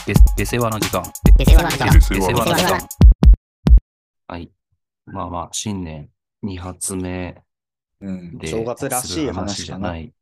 で世話の時間。 で世話の時間。 で世話の時で世話の時間。 間。はい。新年2発目うん。正でする月らしい話話かな。 じゃない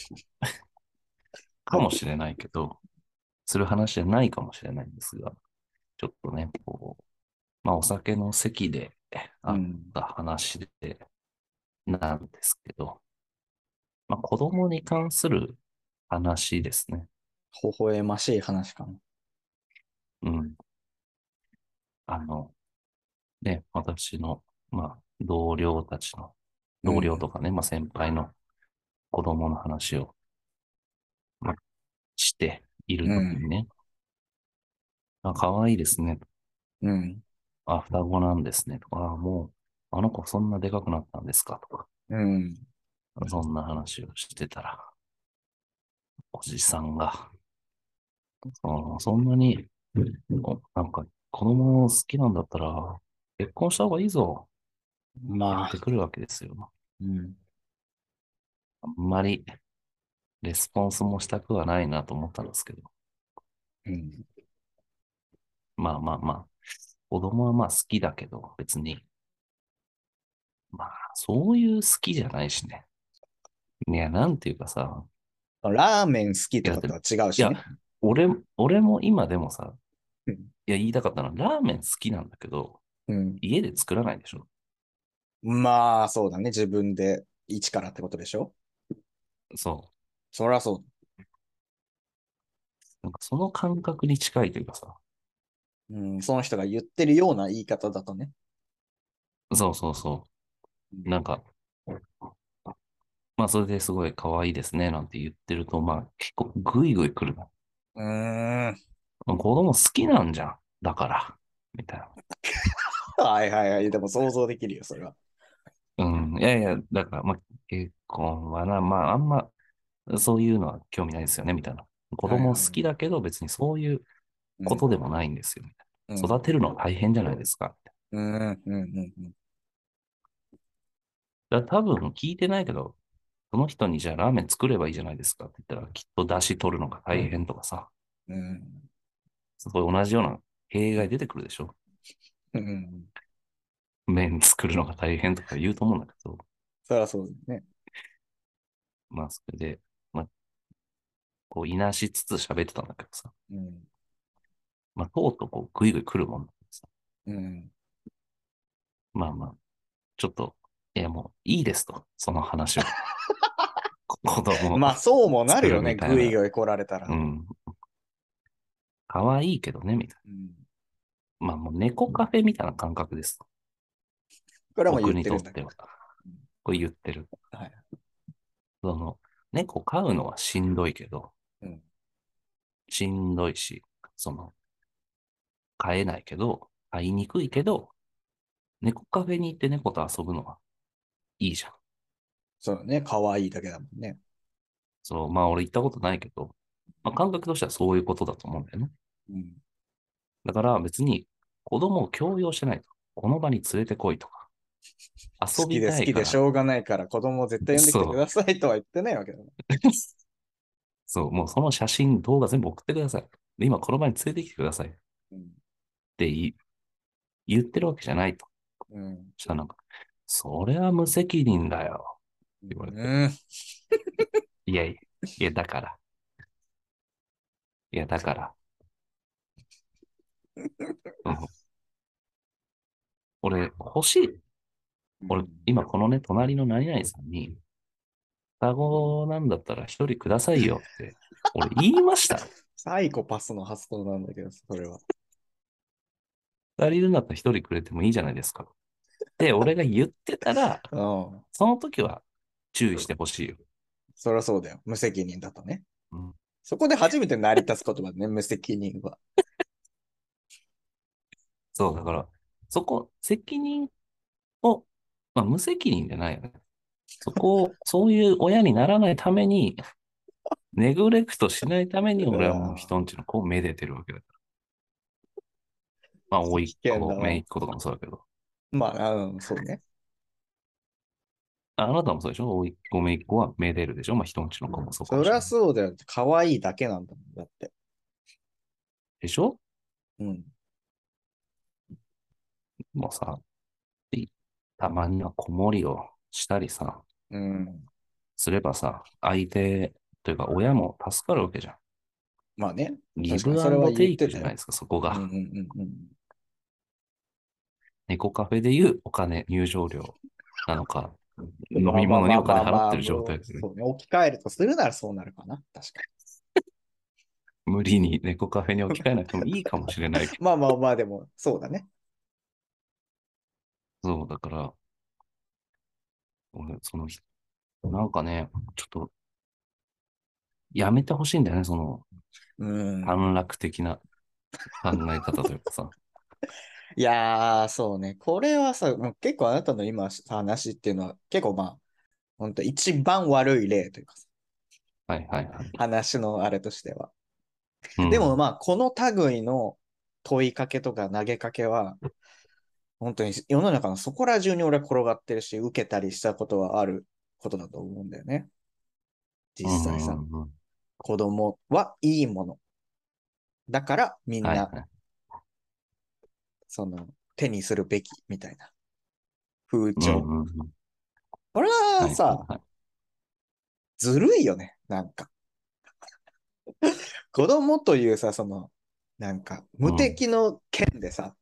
かもしれないけど、する話じゃないかもしれないんですが、ちょっとね、お酒の席であっうん。 た話でなんですけど、子供に関する話ですね。 微笑ましい話かな。 うん。あの、私の、同僚たちの、同僚うん。 とかね、先輩の子供の話を、まあしているうん。 ときにね、可愛いですね。 うん。 双子なんですね。とか、もう、あの子そんなでかくなったんですかとか、 うん。 そんな話をしてたら、おじさんが、そんなに、子供好きなんだったら、結婚した方がいいぞ、言っまあ、 てくるわけですよ。 うん。 あんまり、レスポンスもしたくはないなと思ったんですけど、 うん。 まあまあまあ、子供は好きだけど、別に、そういう好きじゃないしね。いや、なんていうかさ、 ラーメン好きいや、だって、 とかとは違ういや、 しね。 俺も今でもさ、 うん。 いや、言いたかったのは、ラーメン好きなんだけど、 うん。 家で作らないでしょ。 まあ、そうだね。自分で一からってことでしょ。 そそりゃそう。その感覚に近いというかさ、 う。うん。その人が言ってるような言い方だとね。 そうそうそう。 うん。 それですごい可愛いですね、なんて言ってると、結構グイグイ来るの。 うーん。 子供好きなんじゃん。だから。みたいな。 はいはいはい。でも想像できるよ、それは。 うん。いやいや、だから、結婚はな、あんま、そういうのは興味ないですよね、みたいな。子供好はいはい。 きだけど、別にそういううん。 ことでもないんですよ、みたいな。 うん。 育てるのは大変じゃないですか。 うん。うん。うん。うん。 だから多分聞いてないけど、その人にじゃあラーメン作ればいいじゃないですかって言ったら、きっと出汁取るのが大変とかさ、 うん。 そういう同じような弊害出てくるでしょ。 うん。 麺作るのが大変とか言うと思うんだけど、 そりゃそうだね。 それで、いなしつつ喋ってたんだけどさ、 うん。 とうとうぐいぐい来るもんだけどさ、 うん。 まあまあ、ちょっと、いやもういいですと、その話は。子供をまあ、そうもなる作るよね。 みたいな。 ぐいぐい来られたら。 うん。可愛いけどね、みたいうん。 な。もう猫カフェみたいな感覚です。 これはもう言僕ってるんだ。 にとっては。これ言ってる。 はい。 その、猫飼うのはしんどいけど、 うん。 しんどいし、その、飼えないけど、飼いにくいけど、猫カフェに行って猫と遊ぶのはいいじゃん。 そうね。可愛いだけだもんね。 そう、俺行ったことないけど、感覚としてはそういうことだと思うんだよね。 うん。 だから別に子供を強要してないと。この場に連れてこいとか、遊び好たいから、 きでしょうがないから子供を絶対呼んできてくそう、 ださいとは言ってないわけだね。 そう、もうその写真、動画全部送ってください。で今この場に連れてきてくださいって言ってるわけじゃないと。 うん。 そしたらそれは無責任だようって言われて。 ん。 いやいや、いやだから、いやだから、うん、俺欲しい。俺、 うん。 今このね、隣の何々さんに、双子なんだったら一人くださいよって、俺言いました。 サイコパスの発想なんだけど、それは。 二人いるんだったら一人くれてもいいじゃないですか。で、俺が言ってたら、 うん。 その時は注意してほしいよ。 そりゃそうだよ。無責任だとね。 うん、 そこで初めて成り立つ言葉だね、無責任は。 そう、だから、そこ、責任を、無責任じゃないよね。そこを、そういう親にならないために、ネグレクトしないために、 う俺はもう人んん。 ちの子をめでてるわけだから。甥っ危険だ子、姪な。 っ子とかもそうだけど。 まあ、うん、そうね。 あなたもそうでしょ甥っ子、姪っ子はめでるでしょ人んちの子もそうかそりゃもしれない。 そうだよ。可愛いだけなんだもん。だって。 でしょ？ うん。 もうさ、いたまには子守りをしたりさ、 うん。 すればさ、相手というか親も助かるわけじゃん。 まあね。 ギブ確かにそれはアンドテイ言ってたよ。 クじゃないですか、そこうんうんが。 うんうん。 猫カフェでいうお金、入場料なのか、飲まあみ物にお金まあまあまあまあ、 払ってる状もう、 態で、 そうね。置き換えるとするならそうなるかな。確か無理に猫カフェに置き換えなくてもいいかもしれないけに。まあまあまあ、でも、そうだね。 ど、そうだから、俺、なんかね、ちょっとやめてほしいんだよね、 うん。 短絡的な考え方というかさ。 いやー、そうね。これはさ、もう結構あなたの今話っていうのは、結構まあ、本当一番悪い例というかさ、 はいはいはい。 話のあれとしては。でもうん。 まあ、この類の問いかけとか投げかけは、本当に世の中のそこら中に俺は転がってるし、受けたりしたことはあることだと思うんだよね。実う際さ、 んうんうん。 子供はいいもの。だからみんな、 はいはい。 その、手にするべきみたいな風うん潮。 うんうん。 これははいはいさ、 はい。 ずるいよね。なんか。子供というさ、なんか、無うん。 敵の剣でさ、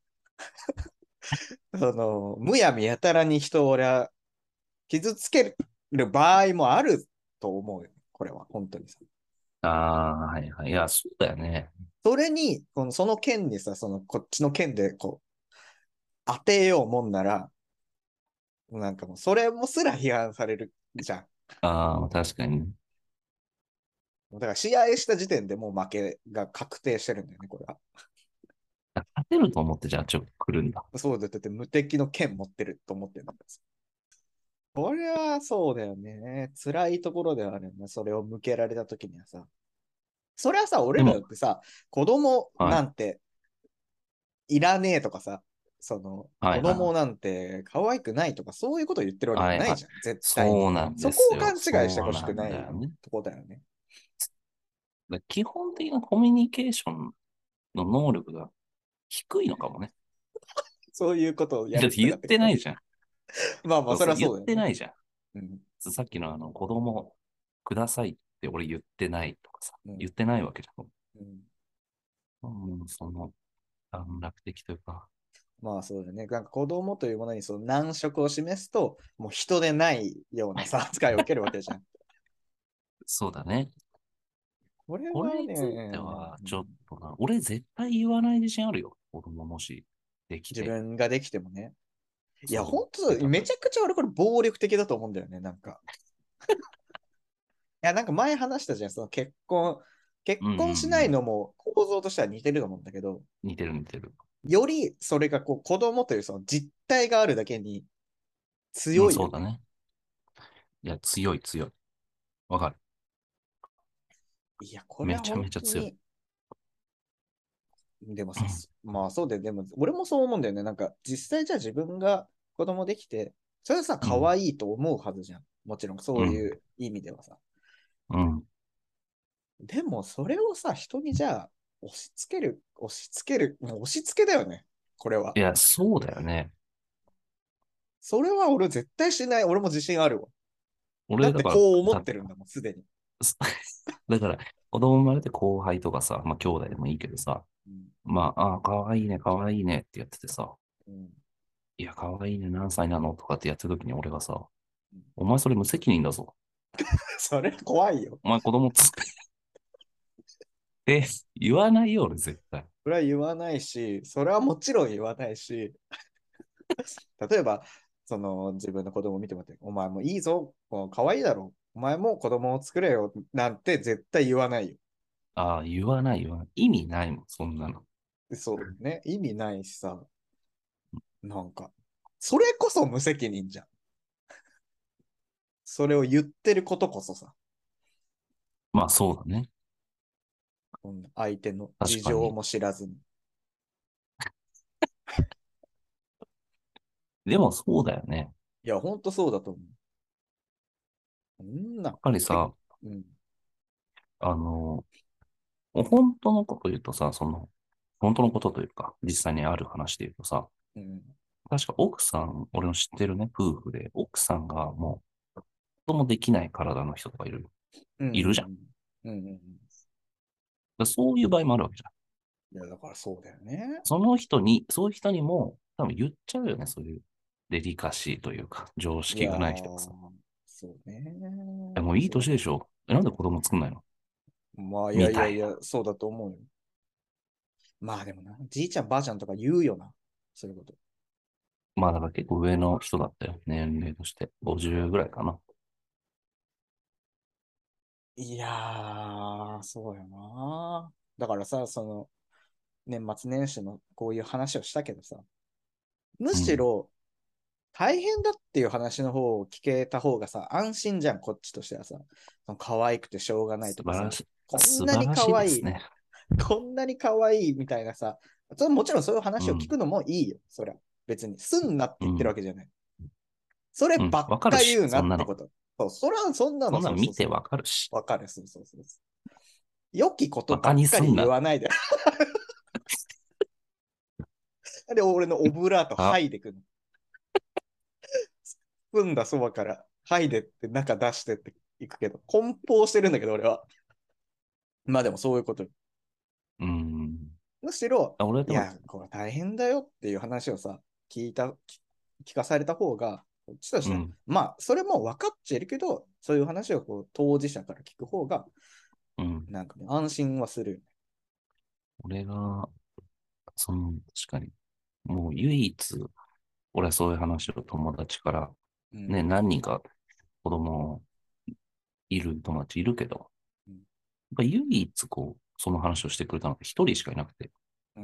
むやみやたらに人を俺は傷つける場合もあると思うよ。これは、本当にさ。 ああ、はいはい。いや、そうだよね。 それに、その剣にさ、こっちの剣でこう、当てようもんなら、なんかもう、それもすら批判されるじゃん。 ああ、確かにね。 だから試合した時点でもう負けが確定してるんだよね、これは。 勝てると思ってじゃあちょっと来るんだ。 そうだって無敵の剣持ってると思ってるんだからさ。これはそうだよね。辛いところではあるよね。それを向けられた時にはさ。それはさ、俺でも、 らだってさ、子供はい。 なんていらねえとかさ、子供はいはい。 なんて可愛くないとか、そういうことを言ってるわけじゃはいはい。 ないじゃん。絶対に。 そうなんそですよ。 こを勘違いしてほしそうなくないんだよね。 とこだよね。 基本的なコミュニケーションの能力が低いのかもね。 そういうことをやだって言っらせたかってこと。 てないじゃん。 まあまあ、それそうそう、言っはそうだよね。 てないじゃん。 うん。 さっきの子供くださいって俺言ってないとかさ、 うん。 言ってないわけじゃん。 うん。 うん、短絡的というか、 まあそうだね。なんか子供というものにその難色を示すと、もう人でないようなさ、扱いを受けるわけじゃん。 そうだね。 これこれはについてね、 は、ちょっとな、俺絶対言わない自信あるよ。子供もし、でき自て。 分ができてもね。いや、 そう、 本当出たと。 めちゃくちゃ俺これ暴力的だと思うんだよね、なんか。いや、なんか前話したじゃん、結うんうんう婚しないん。 のも構造としては似てると思うんだけど、 似てる似てる。 よりそれがこう子供というその実態があるだけにうん、 強いよね。 そうだね。いや、強い強い。わかる。 いや、これはめちゃ本めちゃ強い。 当に、でもさ、まあそうで、でも俺もそう思うんだよね。なんか実際じゃあ自分が子供できて、それはさ、可うん、 愛いと思うはずじゃん。もちろんそういうん、 う意味ではさ。 うん。 でもそれをさ、人にじゃあもう押し付けだよね。これは。 いや、そうだよね。 それは俺絶対しない。俺も自信あるわ。だって俺だからこう思っさ、 てるんだもん、すでに。 だから、子供生まれて後輩とかさ、まあ兄弟でもいいけどさ、 うん。 まあ、かわいいね、かわいいねってやっててさ、 うん。 いや、かわいいね、何歳なのとかってやってる時に俺がさ、 うん、 お前それ無責任だぞ。 それ怖いよ。 お前子供つって言わないよ、俺絶対。 それは言わないし、それはもちろん言わないし、例えば、自分の子供を見てもらって、お前もいいぞ、可愛いだろ、お前も子供を作れよなんて絶対言わないよ。 ああ、言わない、言わない。意味ないもん、そんなの。 そうね、意味ないしさ、なんか、それこそ無責任じゃん。それを言ってることこそさ、 まあそうだね。 相手の確かに。 事情も知らずに。 でもそうだよね。 いや、ほんとそうだと思う。 やっぱりけ、 さ、 うん、 あの、本当のこと言うとさ、 本当のことというか、実際にある話で言うとさ、 うん。 確か奥さん、俺の知ってるね、夫婦で、奥さんがもう、子供できない体の人とかうん。 いるじゃん。 うん。うん。うん。 そういう場合もあるわけじゃん。 いや、だからそうだよね。 そういう人にも、多分言っちゃうよね、そういうデリカシーというか、常いや識がない人がさ。 ー、そうね。 もういいそうだ。 年でしょ。なんで子供作んないのまあ、いやみたいな。 いやいや、そうだと思うよ。まあでもな、じいちゃんばあちゃんとか言うよな。そういうこと。 まあだから結構上の人だったよ。年齢として。50ぐらいかな。 いやー、そうよな。だからさ、その、年末年始のこういう話をしたけどさ、むうん。 しろ大変だっていう話の方を聞けた方がさ、安心じゃん、こっちとしてはさ。その可愛くてしょうがないとかさ、こんなに素晴らしい可愛い、 ですね。 こんなに可愛いみたいなさ、もちろんそういう話を聞うん。 くのもいいよ、そりゃ。別に。すんなって言ってるうん。 わけじゃない。それうん。 ばっわかるし、 か言うなそんなの。 ってこと。そう、そらそんなの、 そんなそうそうそう。 の見てわかるし。 わかる、そうそうそう。良きことバカばっかりにすんな。 言わないで。で、俺のオブラートあ、 剥いでくの。澄んだそばから剥いでって中出してっていくけど、梱包してるんだけど、俺は。まあでもそういうこと。 うん。 むしろ、 俺でも、 いや、これ大変だよっていう話をさ、聞かされた方が、こっちとしては、 うん。 まあ、それも分かっちゃいるけど、そういう話をこう当事者から聞く方が、 うん。 なんかね、安心はするよね。 俺が、確かに、もう唯一、俺はそういう話を友達から、ね、 うん。 何人か子供いる友達いるけど、 うん。 やっぱ唯一こう、その話をしてくれたのが一人しかいなくて、 うん。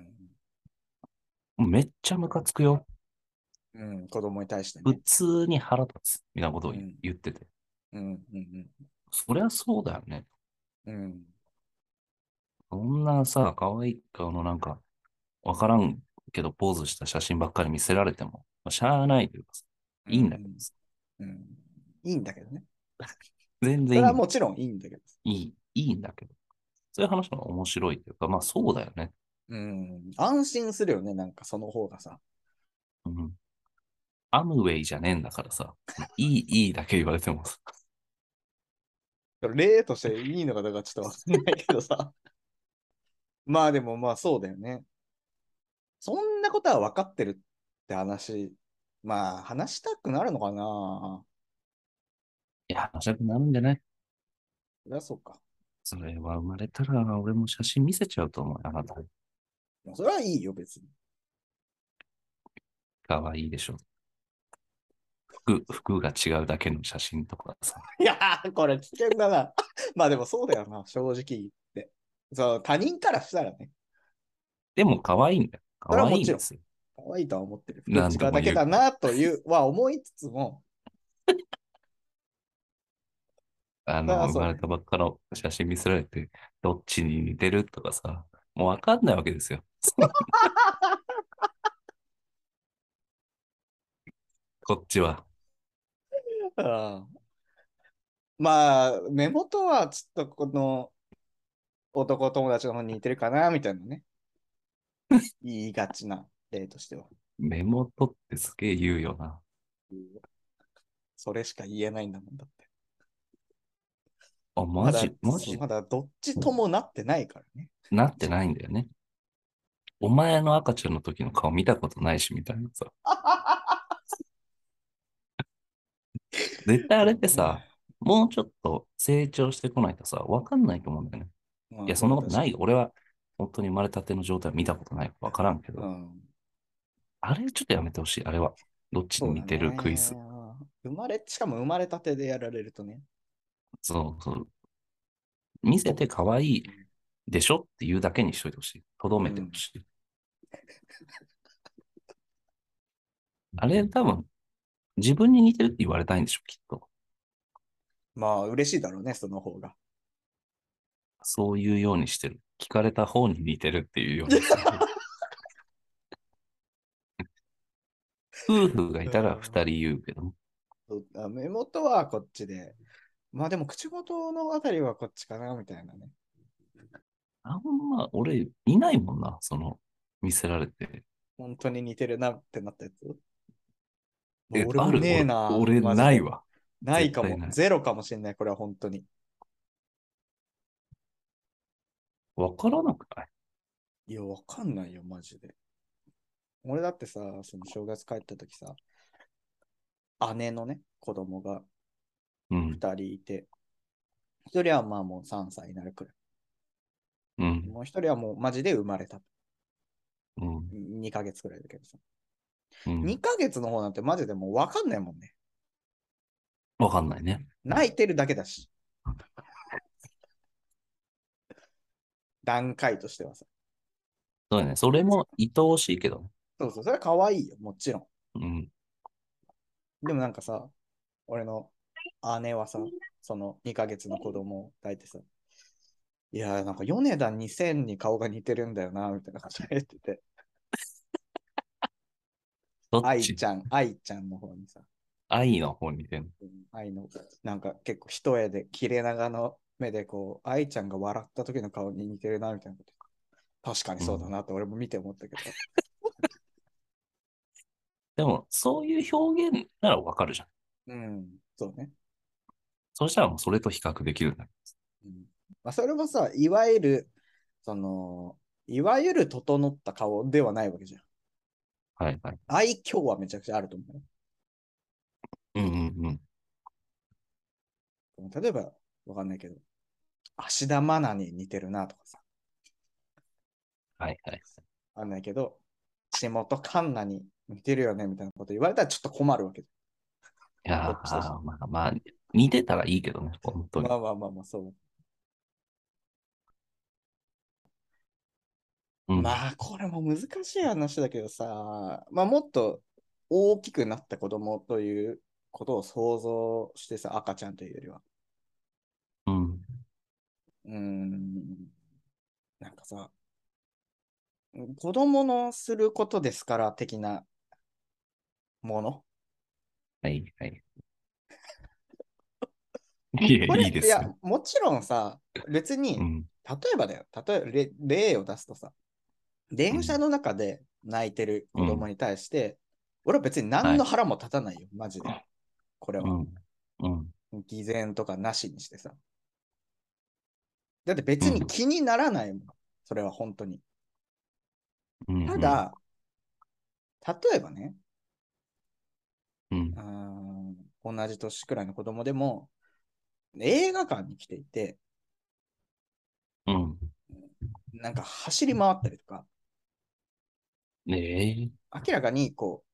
めっちゃムカつくよ。 うん、子供に対して普ね。 通に腹立つ。みたいなことをうん。 言ってて。 うん。うん。 そりゃそうだよね。 うん。 そんなさ、可愛い顔のなんか、わからんけどポーズした写真ばっかり見せられても、まあ、しゃあないというかさ、 うん。 いいんだけどさ、 うん。いいんだけどね。 全然いいんだ。 それはもちろんいいんだけど。 いいんだけど。そういう話の方が面白いというか、まあそうだよね。 うん。安心するよね、なんかその方がさ。 うん。アムウェイじゃねえんだからさ、いいだけ言われてもさ、 例としていいのかどうかちょっとわかんないけどさ。まあでもまあそうだよね。そんなことは分かってるって話。まあ話したくなるのかな。 いや、話したくなるんじゃないそりゃそうか。 それは生まれたら俺も写真見せちゃうと思うよ。あなた。 それはいいよ、別に。 かわいいでしょ。服が違うだけの写真とかさ。 いやー、これ危険だな。まあでもそうだよな、正直言って。そう、他人からしたらね。 でも可愛いんだよ。可それはもちろん、 愛いんですよ。 可愛いとは思ってる。服違何度うだけだも言うけど。 なというは思いつつも、 生まれそれはそうね。 たばっかの写真見せられて、どっちに似てるとかさ、もうわかんないわけですよ。こっちは。 うん。まあ、目元はちょっとこの男友達の方に似てるかな、みたいなね。言いがちな例としては。 目元ってすげえ言うよな。 それしか言えないんだもんだって。 あ、マジまだどっちともなってないからね。 なってないんだよね。お前の赤ちゃんの時の顔見たことないし、みたいなさ。絶対あれってさ、もうちょっと成長してこないとさ、わかんないと思うんだよね。いまあ、 や、 それは確かに。 そんなことないよ。俺は本当に生まれたての状態見たことないからわからんけど、 うん。 あれちょっとやめてほしい。あれは。どっちにそうだ似てるクイズ。 ね。しかも生まれたてでやられるとね。 そうそう。見せて可愛いでしょっていうだけにしといてほしい。とどめてほうん。 しい。あれ多分、自分に似てるって言われたいんでしょ、きっと。 まあ、嬉しいだろうね、その方が。 そういうようにしてる。聞かれた方に似てるっていうようにする。夫婦がいうたら二ん。 人言うけどね。 目元はこっちで。まあでも口元のあたりはこっちかな、みたいなね。 あんま、俺、いないもんな、見せられて。 本当に似てるなってなったやつ。もうえ、ある俺もねえな、 俺マジで。 ないわ。 ないかも。 絶対ない。 ゼロかもしんない、これは本当に。 わからなくない？ いや、わかんないよ、マジで。俺だってさ、その正月帰った時さ、姉のね、子供がうん、 2人いて、1人はまあもう3歳になるくらうん、 い。もう1人はもうマジで生まれた。 うん、 2ヶ月くらいだけどさ。 うん。 2ヶ月の方なんてマジでもうわかんないもんね。 わかんないね。 泣いてるだけだし、段階としてはさ。 そうだね。それも愛おしいけどね。 そうそう、それは可愛いよ、もちろん。 うん、 でもなんかさ、俺の姉はさ、その2ヶ月の子供を抱いてさ、いやーなんか米田2000に顔が似てるんだよな、みたいなこと言ってて、 どっち？ 愛ちゃんの方にさ、 愛の方に似てんの？ 愛の、なんか結構一重で切れ長の目でこう、愛ちゃんが笑った時の顔に似てるな、みたいなこと。確かにうん。 そうだなと俺も見て思ったけど。 でも、そういう表現ならわかるじゃん。 うん、そうね。 そしたらもうそれと比較できるんだ。 うん、まあ、それもさ、いわゆる、その、いわゆる整った顔ではないわけじゃん。 はいはい。 愛嬌はめちゃくちゃあると思うんうんうん。 う。例えば、わかんないけど、芦田愛菜に似てるなとかさ、 はいはい。 わかんないけど、下本環奈に似てるよねみたいなこと言われたらちょっと困るわけ。 いやこっちとして。 ー、まあまあ、似てたらいいけどね、本当に。 まあまあまあまあ、そう。 うん。 まあ、これも難しい話だけどさ、まあ、もっと大きくなった子供ということを想像してさ、赤ちゃんというよりは。 うん。 なんかさ、子供のすることですから的なもの。 はいはい。いや、いこれ、いや、 いですよ。 もちろんさ、別に、 うん。 例えばだよ、例えば例を出すとさ、 うん。 電車の中で泣いてるうん。 子供に対して、俺は別に何はい。 の腹も立たないよ、マジで。これは。 うん。うん。 偽善とかなしにしてさ。だってうん。 別に気にならないもん。それは本当に。 うん。 ただ、例えばね、 うん。 同じ年くらいの子供でも、映画館に来ていて、 うん。 なんか走り回ったりとか、 ねえ。 明らかにこ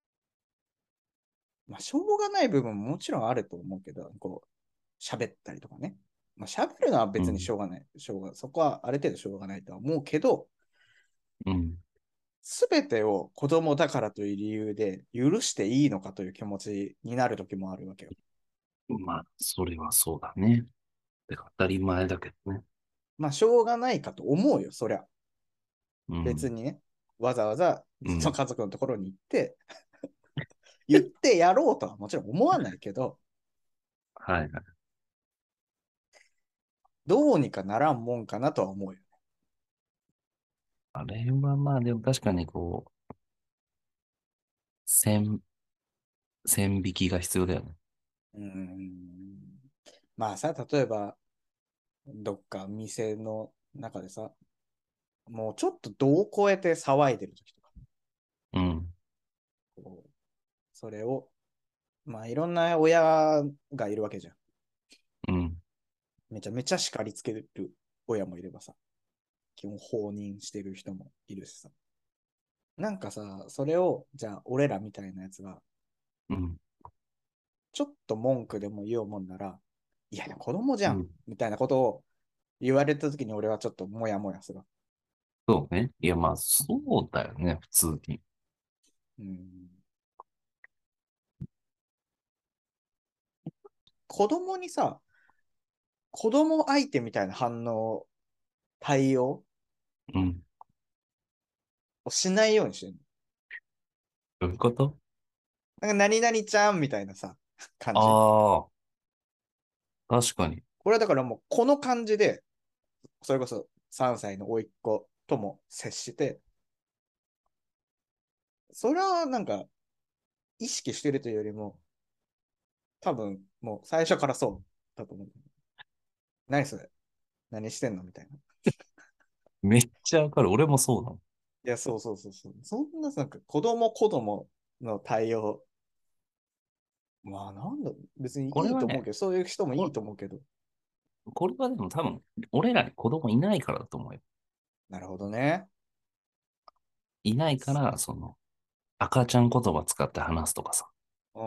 う、まあ、しょうがない部分ももちろんあると思うけど、こう、喋ったりとかね。まあ、喋るのは別にしうん。 ょうがない。そこはある程度しょうがないとは思うけど、 うん。 すべてを子供だからという理由で許していいのかという気持ちになる時もあるわけよ。 まあ、それはそうだね。てか当たり前だけどね。 まあ、しょうがないかと思うよ、そりゃ。 うん。 別にね、わざわざそのうん。 家族のところに行って、言ってやろうとはもちろん思わないけど、 はいはい。 どうにかならんもんかなとは思うよ。 あれはまあ、でも確かに線、線引きが必要だよね。 うん。まあさ、例えば、どっか店の中でさ、もうちょっと度を超えて騒いでる時とか、 うん。 こうそれを、まあいろんな親がいるわけじゃん。 うん。 めちゃめちゃ叱りつける親もいればさ、基本放任してる人もいるしさ。なんかさ、それを、じゃあ俺らみたいなやつが、 うん。 ちょっと文句でも言おうもんなら、いや、子供じゃん、 うん。 みたいなことを言われた時に俺はちょっとモヤモヤする。 そうね。いや、まあ、そうだよね、普通に。 うん、子供にさ、子供相手みたいな反応、対応うん。 をしないようにしてる。 どういうこと？ なんか何々ちゃんみたいなさ、感じ。 ああー、確かに。 これはだからもうこの感じで、それこそ 3歳の甥っ子とも接して、それはなんか意識してるというよりも、多分もう最初からそうだと思う。何それ、何してんのみたいな。いめっちゃわかる。俺もそうだもん。 や、そうそうそうそう。そんななんか子供の対応、まあなんだ、別にこれはね、 いいと思うけど、そういう人もいいこと思うけど。 これはでも多分、俺らに子供いないからだと思うよ。 なるほどね。 いないから、その、赤ちゃん言葉使って話すとかさ、 うん。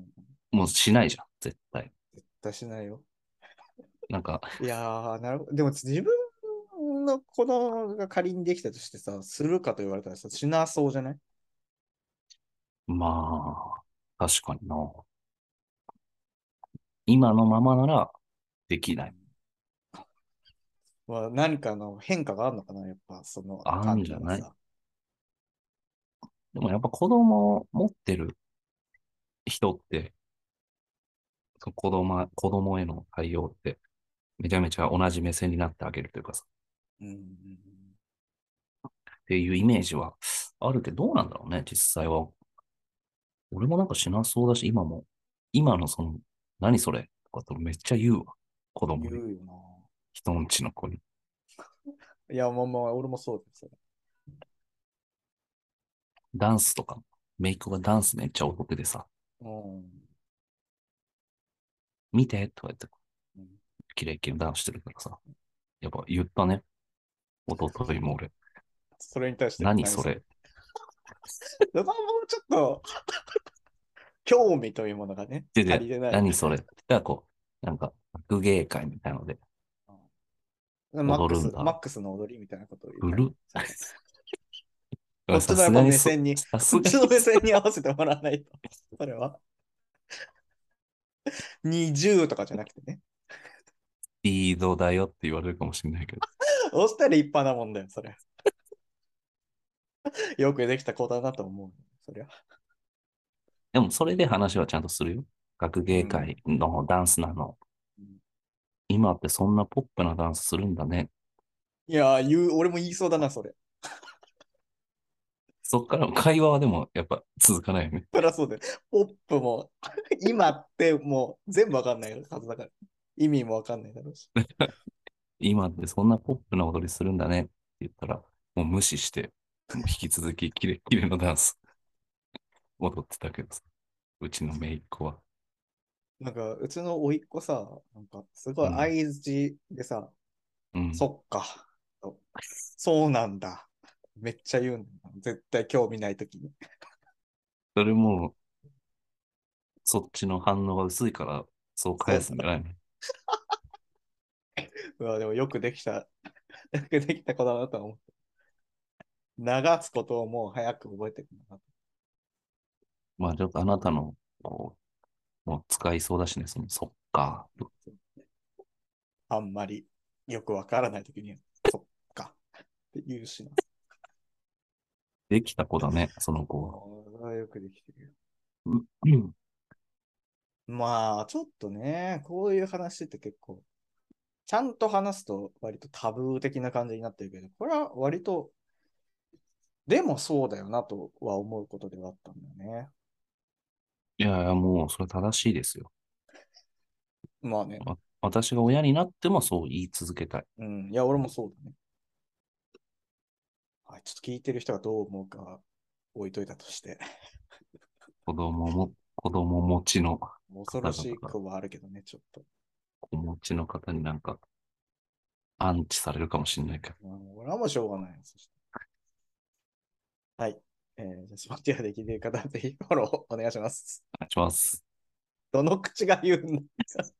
もうしないじゃん、絶対。 絶対しないよ。 なんか、 いやー、なるほど。でも自分の子供が仮にできたとしてさ、するかと言われたらさ、しなそうじゃない？ まあ、確かにな。今のままならできない。 まあ、何かの変化があるのかな、やっぱそのあんじゃない？ 間にはさ。 でもやっぱ子供を持ってる人って、その子供への対応って、めちゃめちゃ同じ目線になってあげるというかさ、 うんうんうん。 っていうイメージはあるけど、どうなんだろうね、実際は。俺もなんかしなそうだし、今のその、何それとかとめっちゃ言うわ。子供に。 言うよな。 人んちの子に。 いや、まあ、俺もそうですよ。 ダンスとかも、メイクがダンスめっちゃ踊っててさ、 うん。 見てとか言って、 うん、 キレイキレイダンスしてるからさ、やっぱ言ったね。弟とも俺。 それに対して、何それ。 何それ？ だからもうちょっと、興味というものがね、足りてない。 何それって言ったらこう、なんか、学芸会みたいのでうん、マ踊るんだ。 ックスの踊りみたいなことを言ったら、 古っ。 それこっちさのやっぱすがにそ、 目線に、 さこっちの目すがにそ、 線に合わせてもらわないと。それは。20とかじゃなくてね。 スピードだよって言われるかもしれないけど。 そしたら立派なもんだよ、それ。よくできた子だなと思う。そりゃ。 でもそれで話はちゃんとするよ。学芸うん。 会のダンスなの。今ってそんなポップなダンスするんだね。 いや、俺も言いそうだな、それ。 そっからの会話はでもやっぱ続かないよね。 そりゃそうだよ。ポップも、今ってもう全部わかんないはずだから。意味もわかんないだろうし。 今ってそんなポップな踊りするんだねって言ったら、もう無視して、もう引き続きキレッキレのダンス踊ってたけどさ、うちの姪っ子は。 なんか、うちの甥っ子さ、なんか、すごい相うん。 づちでさ、 うん。 そっか。そうなんだ。めっちゃ言うんだよ。絶対興味ないときに。 それも、そっちの反応が薄いから、そう返そうだな。 すんじゃないの？ うわ、でもよくできた、よくできた子だなとは思う。流すことをもう早く覚えてるんだな。 まあちょっとあなたの、こう、もう使いそうだしね、そっか。 あんまりよくわからないときに、そっかって言うしな。 できた子だね、その子は。 よくできてるよ。 うん。 まあ、ちょっとね、こういう話って結構、ちゃんと話すと割とタブー的な感じになってるけど、これは割と、でもそうだよなとは思うことではあったんだよね。 いやいや、もうそれ正しいですよ。 まあね。 私が親になってもそう言い続けたい。 うん。いや、俺もそうだね。はい、ちょっと聞いてる人がどう思うかは置いといたとして。 子供持ちの恐ろ方々が、 しくはあるけどね、ちょっと。 子持ちの方になんかアンチされるかもしれないけど。 俺はもうしょうがないよ。そしてはい。じゃあ、スポティアで聞いてる方はぜひフォローお願いします。 お願いします。 どの口が言うんだ